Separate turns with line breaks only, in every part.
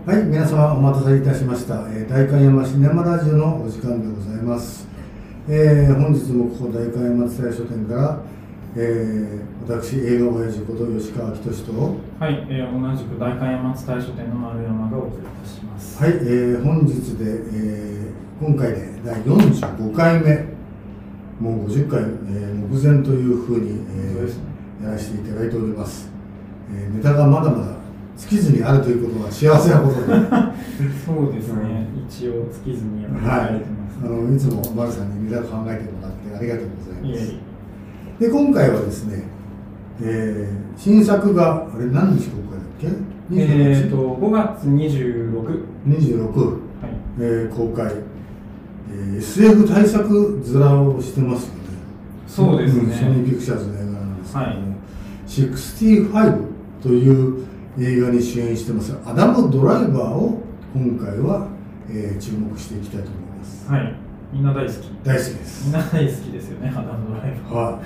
はい、皆様お待たせいたしました。代官山シネマラジオのお時間でございます。本日もここ代官山蔦屋書店から、私映画親父こと吉川明俊と、
はい、同じく代官山蔦屋書店の丸山がお送りいたします。
はい、本日で、今回で第45回目、もう50回、目前というふうに、やらせていただいております。ネタがまだまだ尽きずにあるということは幸せなことで
そうですね、一応尽きずにやられてます、
はい、いつも丸さんにネタ考えてもらってありがとうございます。
いえ
で、今回はですね、新作があれ何日公開だっけ
？5月26、
公開、SF 大作面をしてますよね。
そうですね、
ソニーピクチャーズの映画なんですけども、
はい、
65という映画に主演してますアダム・ドライバーを今回は、注目していきたいと思います。
はい、みんな大好き。
大好きです。
みんな大好きですよね、アダム・ドライバー。
はい。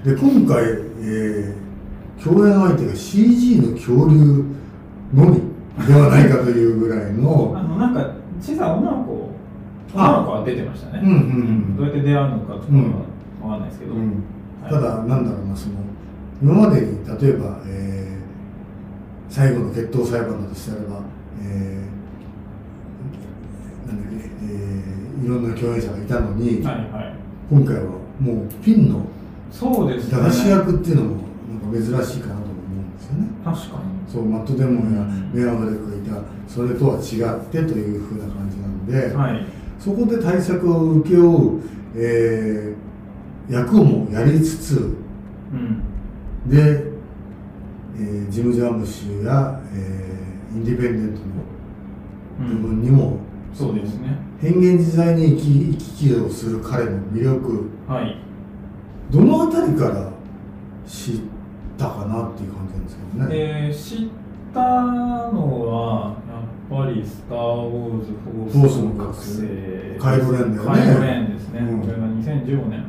で、今回、共演相手が CG の恐竜のみではないかというぐらいの
なんか小さな女の子は出てましたね。どうやって出会うのかとかは分かんないですけど、
ただなんだろうな、その今までに例えば、最後の決闘裁判だとしたらば、なんだっけ、いろんな共演者がいたのに、
はいはい、
今回はもうピンの
そうですね、
駄菓子役っていうのもなんか珍しいかなと思うんですよね。
確かに。
そうマット・デモンやメアドレックがいたそれとは違ってというふうな感じなんで、
はい、
そこで対策を請け負う、役をもやりつつ、で、ジム・ジャームシュや、インディペンデントの部分にも、
そうですね、
変幻自在に行き来をする彼の魅力、
はい、
どのあたりから知ったかなっていう感じなんですけどね。
知ったのはやっぱり「スター・ウォーズ・フォースの覚醒」
カイロ・レンだよね。
カイロ・レンですね、これが2015年。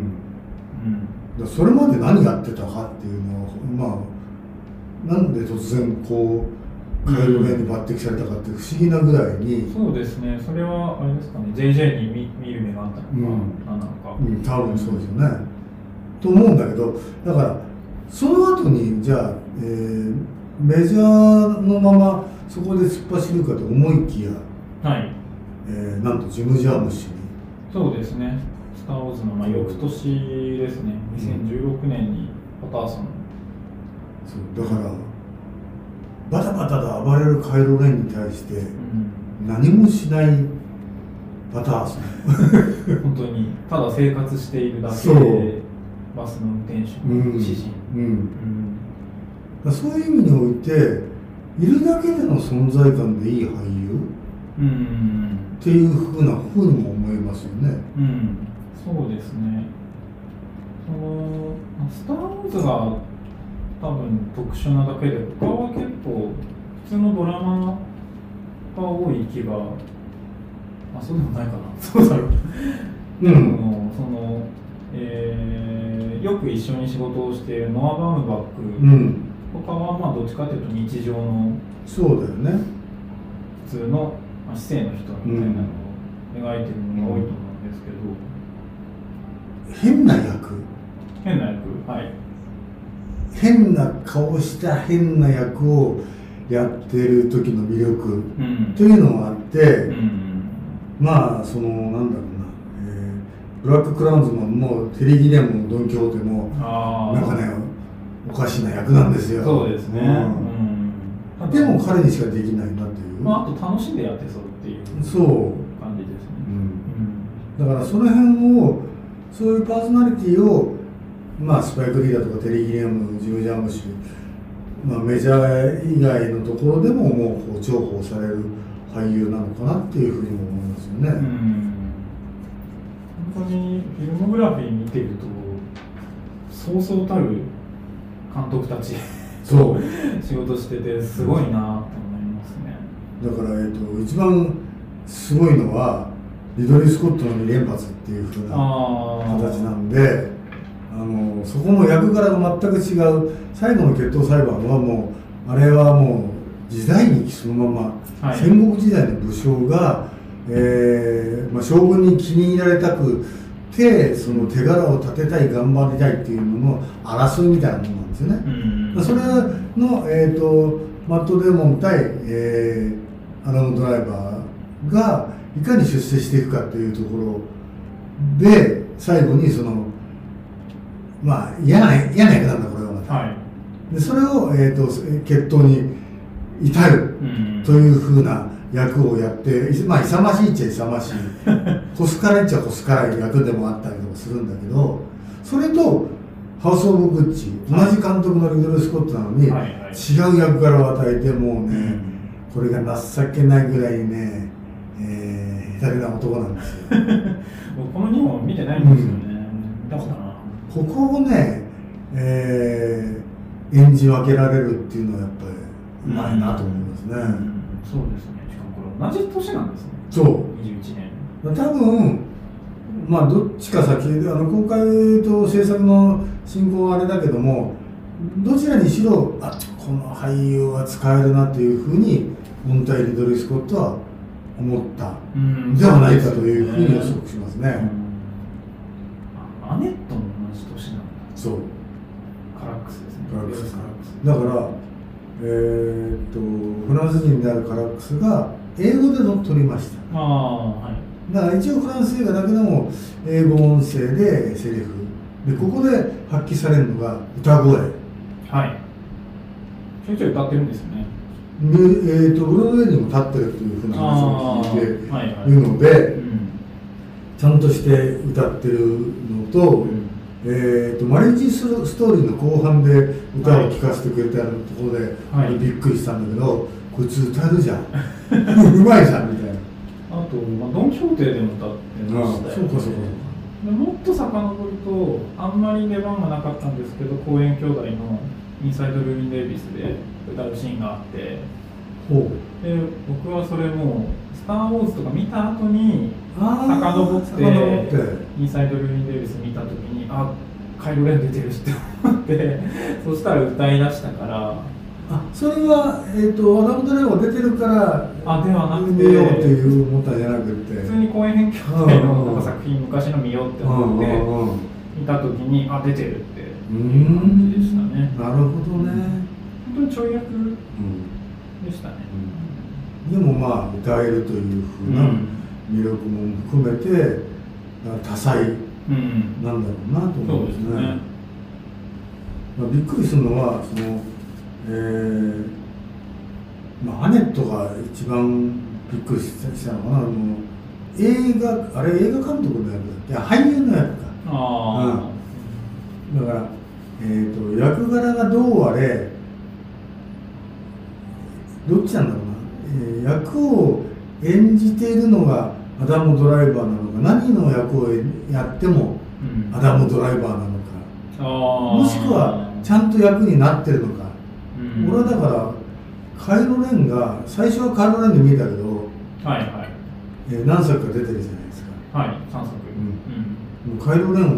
それまで何やってたかっていうのは、まあなんで突然こうカイロ・レンに抜擢されたかって不思議なぐらいに、
そうですね、それはあれですかね、JJ に見る目があったのか、何なのか、
多分そうですよね、と思うんだけど、だからその後にじゃあ、メジャーのままそこで突っ走るかと思いきや、
はい、
なんとジム・ジャームシに。
そうですね、スター・ウォーズの翌年ですね、2016年にパターソン。
そうだからバタバタと暴れるカイロ・レンに対して何もしないパターソン
本当にただ生活しているだけで、バスの運転手の指示、
そういう意味においているだけでの存在感でいい俳優っていうふうにも思いますよね。
そうですね、スター・ウォーズが多分特殊なだけで、他は結構普通のドラマが多い気が、そうでもないかな、そうだろうでもよく一緒に仕事をしているノア・バームバックとかは、どっちかというと日常の、
そうだよね、
普通の市政の人みたいなのを描いてるのが多いと思うんですけど、
変な役、
はい、
変な顔した変な役をやってる時の魅力というのがあって、まあそのなんだろうな、ブラック・クラウンズマンもテリー・ギレンもドン・キホーテもなんかねおかしな役なんですよ。
そうですね、
でも彼にしかできないなっていう、
あと楽しんでやってそうっていう感じですね。
だからその辺を、そういうパーソナリティを、スパイク・リーダーとかテリー・ギレンム、ジム・ジャームシュ、メジャー以外のところでももう重宝される俳優なのかなっていうふうにも思いますよね。
本当にフィルモグラフィー見てるとそうそうたる監督たち
そう
仕事しててすごいなと思いますね。
だから、一番すごいのはリドリー・スコットの2連発っていう風な形なんで、そこも役柄が全く違う。最後の決闘裁判はもうあれはもう時代劇そのまま、
はい、
戦国時代の武将が、将軍に気に入られたくてその手柄を立てたい頑張りたいっていうのの争いみたいなものなんですよね。それの、マット・デーモン対、アダム・ドライバーがいかに出世していくかっていうところで最後にそのまあ嫌な役なんだこれはまた、はい、でそれを、決闘に至るというふうな役をやって、まあ勇ましいっちゃ勇ましいコス辛いっちゃコス辛い役でもあったりとかするんだけど、それとハウス・オブ・グッチ同じ監督のリドル・スコットなのに、違う役柄を与えてもうね、これが情けないぐらいね、下手な男なんですよ
この2本見てないんですよね、だから
ここをね、演じ分けられるっていうのはやっぱりうまいなと思いますね、
そうですね。しかもこれ同じ年なんですね。
そう
21年
多分まあどっちか先公開と制作の進行はあれだけども、どちらにしろこの俳優は使えるなというふうにモンタイ・リドリー・スコットは思ったではないかというふうに予測しますね。
アネットも同じ年なんだ。
そう
カラックスですね。
カラックスだからフランス人であるカラックスが英語で撮りました。
はい、
だから一応フランス映画だけでも英語音声でセリフで、ここで発揮されるのが歌声。
はい。ちょいちょい歌ってるんですよね。
でブロードウェイにも立ってるというふうな話を聞いているので、ちゃんとして歌ってるのと、マリッジストーリーの後半で歌を聴かせてくれたところで、びっくりしたんだけど、こいつ歌えるじゃんうまいじゃんみたいな。
あと、ドン・キホーテでも歌ってましたよね。
そうか
もっと遡るとあんまり出番がなかったんですけど、コーエン兄弟のインサイド・ルーニー・デイビスで歌うシーンがあって、で僕はそれもスター・ウォーズとか見た後に遡ってインサイド・ルーニー・デイビス見た時にカイロ・レン出てるしって思ってそしたら歌い出したから。
それは、アダム・ドライバー出てるから
ではなくて
見ようっていう思ったんじゃなくて、
普通に公演兄弟の作品昔の見ようって思って見た時に出てるっていう感じでしたね。
なるほどね。
本当にちょい役でしたね。
でもまあ歌えるというふうな魅力も含めて多彩なんだろうなと思うんですね。びっくりするのはそのアネットが一番びっくりしたのかな。映画監督の役だっけ、俳優の役か。だから、役柄がどうあれどっちなんだろうな、役を演じているのがアダム・ドライバーなのか、何の役をやってもアダム・ドライバーなのか、もしくはちゃんと役になってるのか。俺はだからカイロ・レンが最初はカイロ・レンで見えたけど、何作か出てるじゃないですか。
3作。
カイロ・レン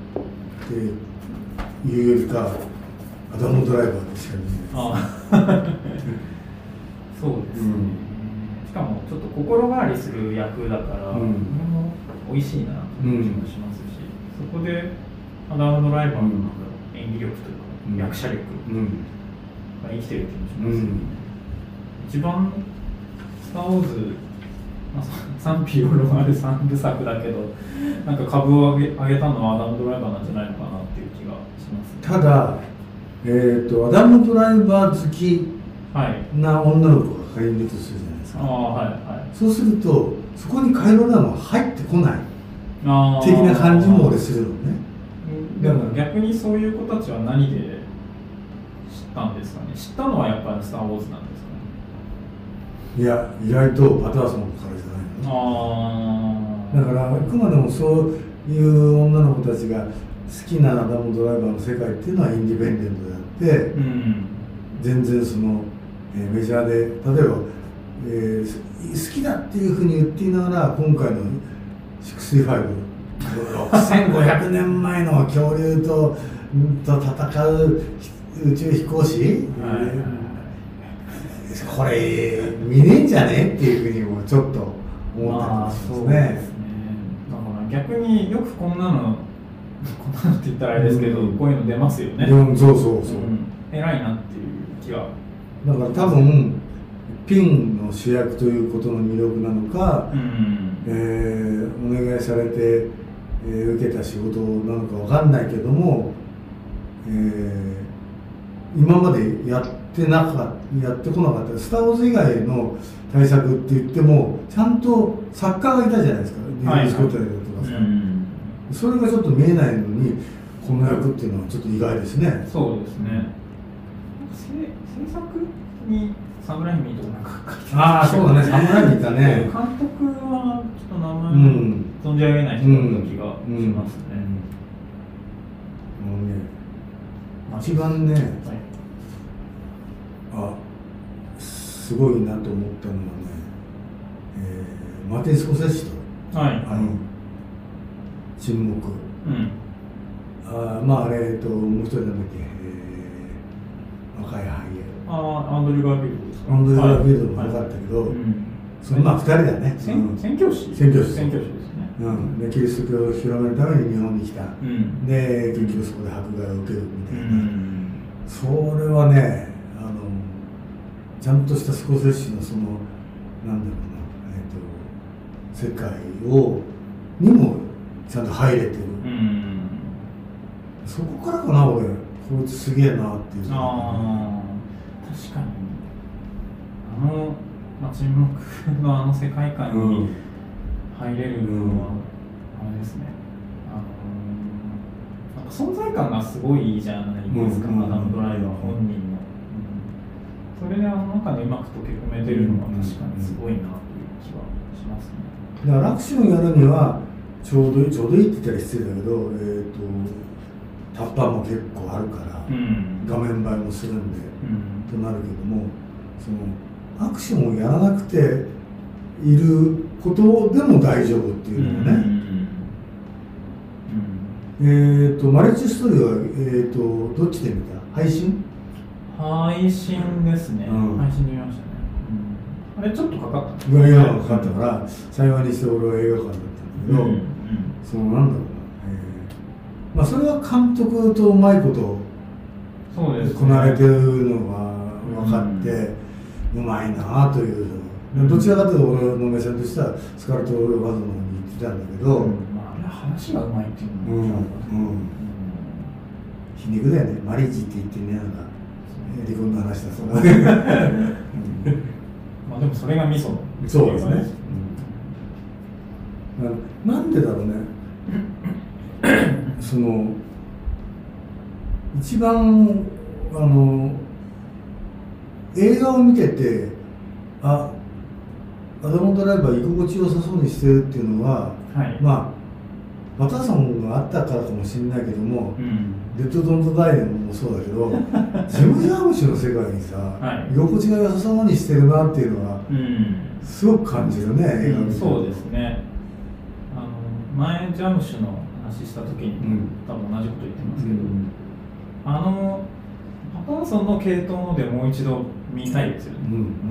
っていうよりかアダム・ドライバーでしか見えないです。
そうですね、しかもちょっと心変わりする役だから、美味しいなという気もしますし、そこでアダム・ドライバーの演技力というか、役者力が生きてる気もします、一番スター・ウォーズ、賛否両論ある3部作だけど、なんか株を上げたのはアダム・ドライバーなんじゃないのかなっていう気がします、
ただ、アダム・ドライバー好きな女の子が仮にいるとするじゃないですか。そうするとそこにカイロ・レンは入ってこない的な感じも俺するのね。
でも逆にそういう子たちは何で知ったんですかね。知ったのはやっぱりスター・ウォーズなんですかね。
いや、意外とパターソンからじゃないの。だからあくまでもそういう女の子たちが好きなアダム・ドライバーの世界っていうのはインディペンデントであって、全然その、メジャーで例えば、好きだっていうふうに言っていながら今回の65 6500年前の恐竜と戦う宇宙飛行士、 これ見ねえんじゃねっていうふうにもちょっと思ったりもしますね。
そうですね。だから逆によくこんなのって言ったらあれですけど、こういうの出ますよね。
そうそうそう。
偉いなっていう気は。
だから多分ピンの主役ということの魅力なのか、お願いされて、受けた仕事なのかわかんないけども、今までやってこなかったスター・ウォーズ以外の対策って言ってもちゃんと作家がいたじゃないですか、リリー・スコットとかさ、それがちょっと見えないのにこの役っていうのはちょっと意外ですね。
そうですね。制作にサムライミとかなんか書いて
ああ、そうだね、サムライミいたね。
監督はちょっと名前存じ上げない人だった気がしますね。
もうね、一番ね、すごいなと思ったのはね、マーティン・スコセッシと、沈黙、まああれともう一人なんだっけ、若い俳優、
アンドリュー・ガーフィールドですか。
アンドリュー・ガーフィールドもよかったけど、そのまあ2人だね。
宣教師ですね。
でキリスト教を広めるために日本に来た、で結局そこで迫害を受けるみたいな、それはね、ちゃんとしたスコセッシのそのなんだろうな、世界にもちゃんと入れてる、そこからかな、俺こいつすげえなっていう。
確かに沈黙の世界観に入れるのはあれですね、なんか存在感がすごいじゃないですか、アダム・ドライバー本人の。それで中でうまく溶け込めてるのは確かにすごいなという気はしますね。
だからアクションやるにはちょうどいいって言ったら失礼だけど、タッパーも結構あるから、画面映えもするんで、となるけども、そのアクションをやらなくていることでも大丈夫っていうのがね。マリッジストーリーは、どっちで見た？配信
ですね。配信で見ましたね。あれちょっとかかった。
映画がかかったから幸いにして俺は映画館だったんだけど、そのなんだろうな、それは監督とうまいことこなれてるのが分かって、うまいなという、どちらかというと俺の目線としてはスカルト・ワーズの方に行ってたんだけど、
あれは話がうまいっていうのも
皮肉だよね、マリッジって言ってね、なんか離婚の話だそうだ。
でもそれがミソの。
そうですね。なんでだろうね。その一番映画を見てて、アダム・ドライバー居心地よさそうにしてるっていうのは、パターソンがあったからかもしれないけども、デッド・ドント・ダイもそうだけど、ジム・ジャームシュの世界にさ、居心地が良さそうにしてるなっていうのは、すごく感じるね、映画見て。
そうですね。前ジャムシュの話した時に、多分同じこと言ってますけど、パターソンの系統のでもう一度見たいですよね。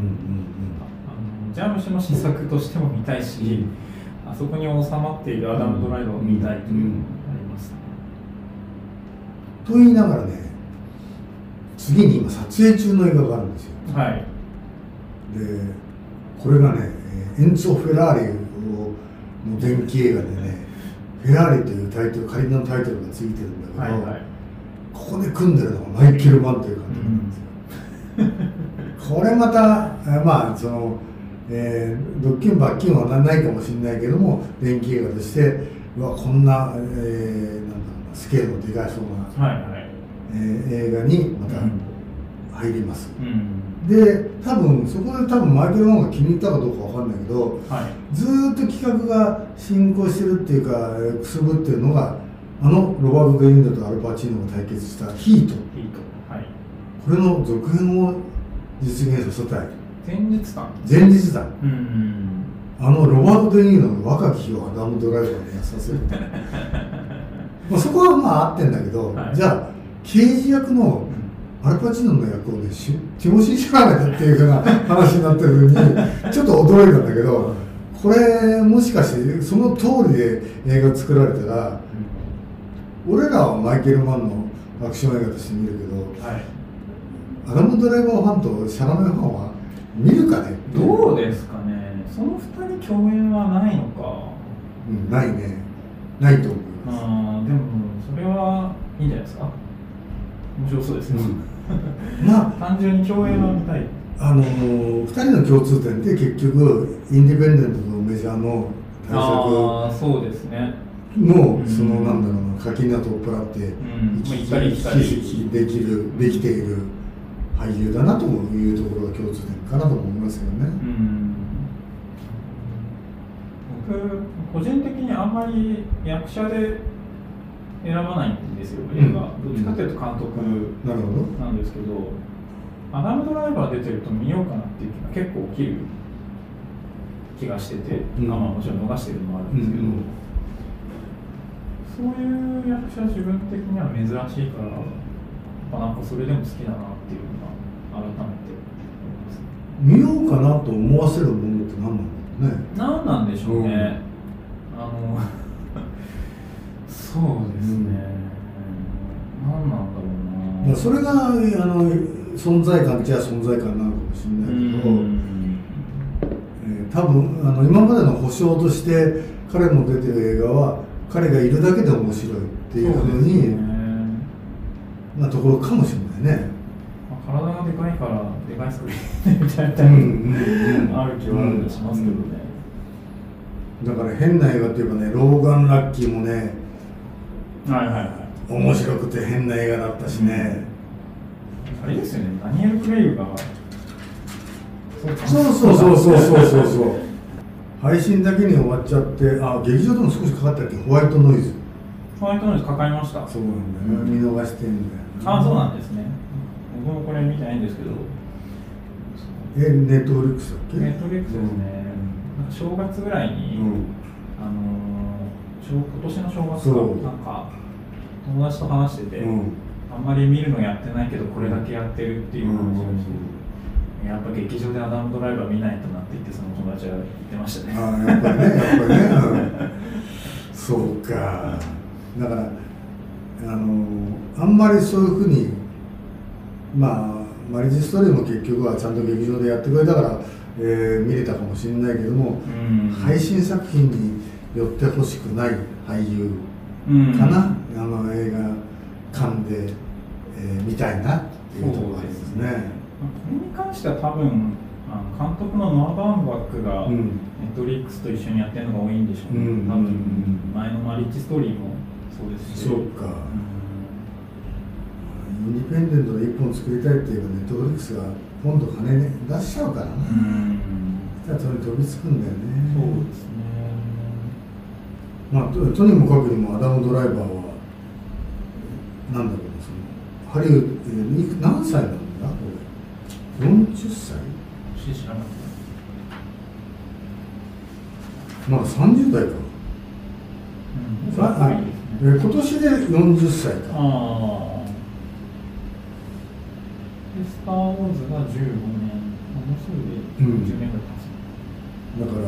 ジャムシュの施策としても見たいし、あそこに収まっているアダム・ドライバーを見たいというのがありますね。
と言いながらね、次に今撮影中の映画があるんですよ。でこれがね、エンツォ・フェラーリの伝記映画でね、フェラーリというタイトル、仮のタイトルがついてるんだけど、ここで組んでるのがマイケル・マンという監督なんですよ。これまたそのドッキンバッキンはないかもしれないけども、伝記映画としてこんな、なんだろうな、スケールのでかいそうな、映画にまた入ります。で多分そこでマイケル・マンが気に入ったかどうかわかんないけど、ずーっと企画が進行してるっていうかくすぶってるのが、ロバート・デ・ニーロとアルパチーノが対決したヒート、これの続編を実現させたい。前日談。ロバート・デ・ニーロの若き日をアダム・ドライバーにやさせるそこは合ってんだけど、じゃあ刑事役のアルパチーノの役をねティモシー・シャラメだっていうふうな話になってるのにちょっと驚いたんだけど、これもしかしてその通りで映画作られたら、俺らはマイケル・マンのアクション映画として見るけど、アダム・ドライバーファンとシャラメファンは見るかね。
どうですかね。その2人共演はないのか。
ないね。ないと思います。
でもそれはいいんじゃないですか。面白そうですね。
まあ
単純に共演は見たい。
2人の共通点って結局インディペンデントのメジャーの大作
そうですね
のそのなんだろうな垣根を取っ払って
行ったり来たり
できている俳優だなというところが共通点かなと思いますよね。
僕個人的にあんまり役者で選ばないんですよ、映画。どっちかというと監督なんですけど、アダム・ドライバー出てると見ようかなっていう気が結構起きる気がしてて、もちろん逃してるのもあるんですけど、そういう役者自分的には珍しいから、なんかそれでも好きだなっていうのが改めて思います。
見ようかなと思わせるものって何なんだろうね。
何なんでしょうね。そうですね。何なんだろうな。
それが存在感っちゃ存在感なのかもしれないけど、多分今までの保証として彼の出てる映画は彼がいるだけで面白いっていうふうになところかもしれないね。
体がでかいからでかいスクリーンみたいなある気はあるとしますけどね。
だから変な映画っていうかね、ローガン・ラッキーもね、面白くて変な映画だったしね。
あれですよね、ダニエル・クレイグが
そう配信だけに終わっちゃって、劇場でも少しかかったっけ、ホワイトノイズ
かかりました。
そうなんだよね、見逃してんだよ。
そうなんですね。僕もこれ見てないんですけど。
ネットフリックスだっけ？
ネットフリックスですね。正月ぐらいに、今年の正月かなんか友達と話してて、あんまり見るのやってないけどこれだけやってるっていう話をして、やっぱ劇場でアダム・ドライバー見ないとなって言って、その友達は言ってましたね。
やっぱりねそうか。だからあんまりそういうふうにマリッジストーリーも結局はちゃんと劇場でやってくれたから、見れたかもしれないけども、配信作品に寄ってほしくない俳優かな、映画館で、見たいなっていうところがありますね。
これに関しては多分監督のノア・バーンバックがネットフリックスと一緒にやってるのが多いんでしょうね。多分前のマリッジストーリーもそうですし。
そうか。インディペンデントで一本作りたいっていうか、ネットフリックスが今度金出しちゃうからな。じゃあそれに飛びつくんだよね。
そうですね。
とにもかくにもアダム・ドライバーはなんだろう、ハリウッド何歳なんだこれ。40歳？
知らなかった。
まだ30代か。今年で40歳か。スター・ウォーズが15年、もうすぐで10年ぐらい経つ。だから、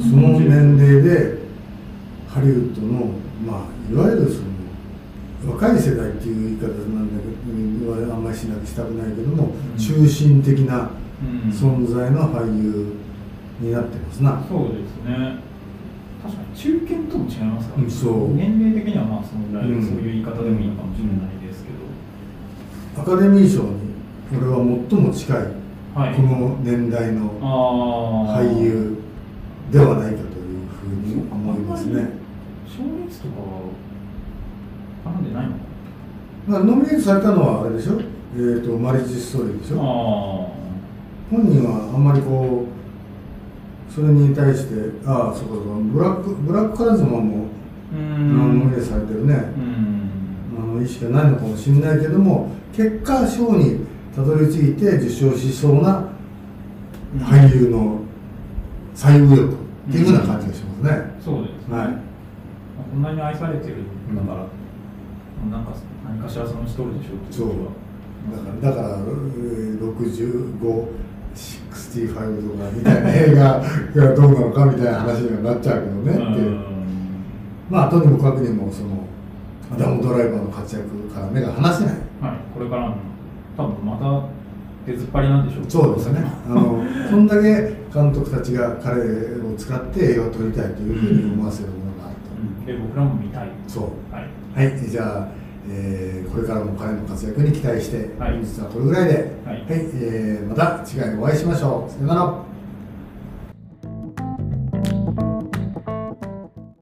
その年齢でハリウッドの、いわゆるその若い世代っていう言い方なんだけど、あんまりしたくないけども、中心的な存在の俳優になってますな。
そうですね。確かに中堅とも違いますからね。年齢的にはそのぐらい、そういう言い方でもいいのかもしれないですけど、アカデミー賞にこれは最も近い、この年代の俳優ではないかというふうに思いますね。 賞レースとかは絡んでないのかな。
ノミネートされたのはあれでしょ、マリッジストーリーでしょ。本人はあんまりそれに対して、そうかブラックカラズマもノミネートされてるね。意識はないのかもしれないけども、結果賞にたどり着いて受賞しそうな俳優の最右翼っていうような感じがしますね。
そうですね。こんなに愛されてるんだから、何かしらその人でしょうっていう気は
だから65、65とかみたいな映画がどうなのかみたいな話にはなっちゃうけどねっていう。まあとにもかくにもそのアダム・ドライバーの活躍から目が離せない。
はい、これからの多分また出ずっぱりなんでしょう。
そうですね。そんだけ監督たちが彼を使って映画を撮りたいというふうに思わせるものがあると。
で僕らも見たい。
そう。
はい。
はい、じゃあ、これからも彼の活躍に期待して、
はい、
本日はこれぐらいで、
はい、
はい、また次回お会いしましょう。さよなら。